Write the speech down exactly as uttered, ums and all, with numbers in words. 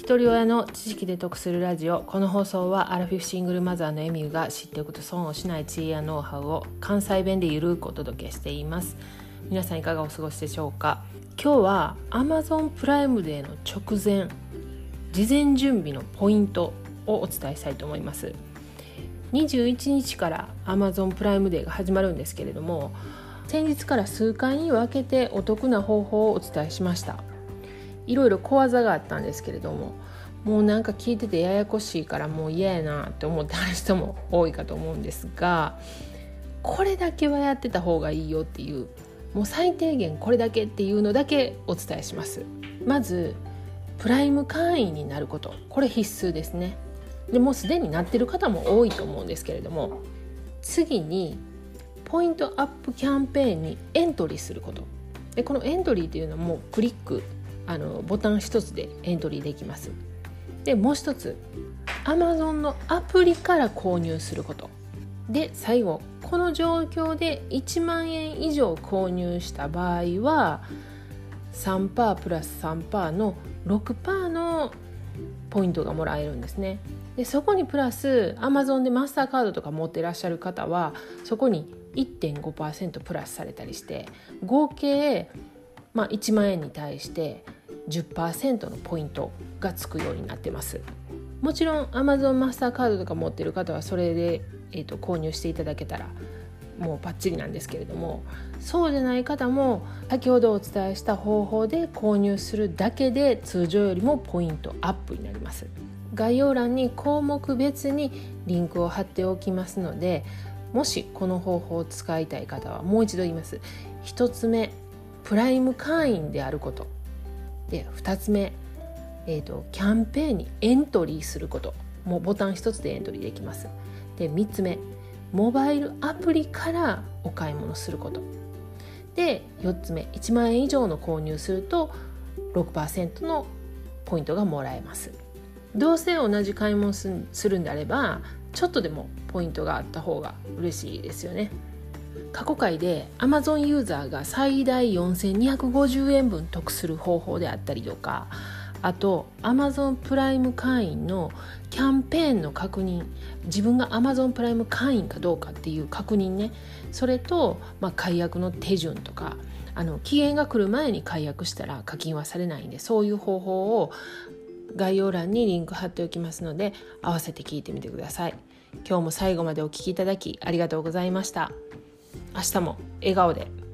一人親の知識で得するラジオ。この放送はアラフィフシングルマザーのエミューが知っておくと損をしない知恵やノウハウを関西弁でゆるくお届けしています。皆さんいかがお過ごしでしょうか。今日は Amazon プライムデーの直前、事前準備のポイントをお伝えしたいと思います。にじゅういちにちから Amazon プライムデーが始まるんですけれども、先日から数回に分けてお得な方法をお伝えしました。いろいろ小技があったんですけれども、もうなんか聞いててややこしいからもう嫌やなって思ってはる人も多いかと思うんですが、これだけはやってた方がいいよっていう、もう最低限これだけっていうのだけお伝えします。まずプライム会員になること、これ必須ですね。でもうすでになってる方も多いと思うんですけれども、次にポイントアップキャンペーンにエントリーすることで、このエントリーっていうのはもうクリックあのボタン一つでエントリーできます。でもう一つ Amazon のアプリから購入することで、最後この状況でいちまんえん以上購入した場合は さんパーセント プラス さんパーセント の ろくパーセント のポイントがもらえるんですね。でそこにプラス Amazon でマスターカードとか持ってらっしゃる方はそこに いってんごパーセント プラスされたりして、合計、まあ、いちまんえんに対してじゅっパーセント のポイントがつくようになってます。もちろん Amazon マスターカードとか持ってる方はそれで、えーと、購入していただけたらもうバッチリなんですけれども、そうじゃない方も先ほどお伝えした方法で購入するだけで通常よりもポイントアップになります。概要欄に項目別にリンクを貼っておきますので、もしこの方法を使いたい方はもう一度言います。ひとつめ、プライム会員であることで、ふたつめ、えーと、キャンペーンにエントリーすること、もうボタン一つでエントリーできます。でみっつめ、モバイルアプリからお買い物することで、よっつめ、いちまんえん以上の購入すると ろくパーセント のポイントがもらえます。どうせ同じ買い物するんであればちょっとでもポイントがあった方が嬉しいですよね。過去回で Amazon ユーザーが最大よんせんにひゃくごじゅうえんぶん得する方法であったりとか、あと Amazon プライム会員のキャンペーンの確認、自分が Amazon プライム会員かどうかっていう確認ね、それと、まあ、解約の手順とか、あの期限が来る前に解約したら課金はされないんで、そういう方法を概要欄にリンク貼っておきますので、合わせて聞いてみてください。今日も最後までお聞きいただきありがとうございました。明日も笑顔で。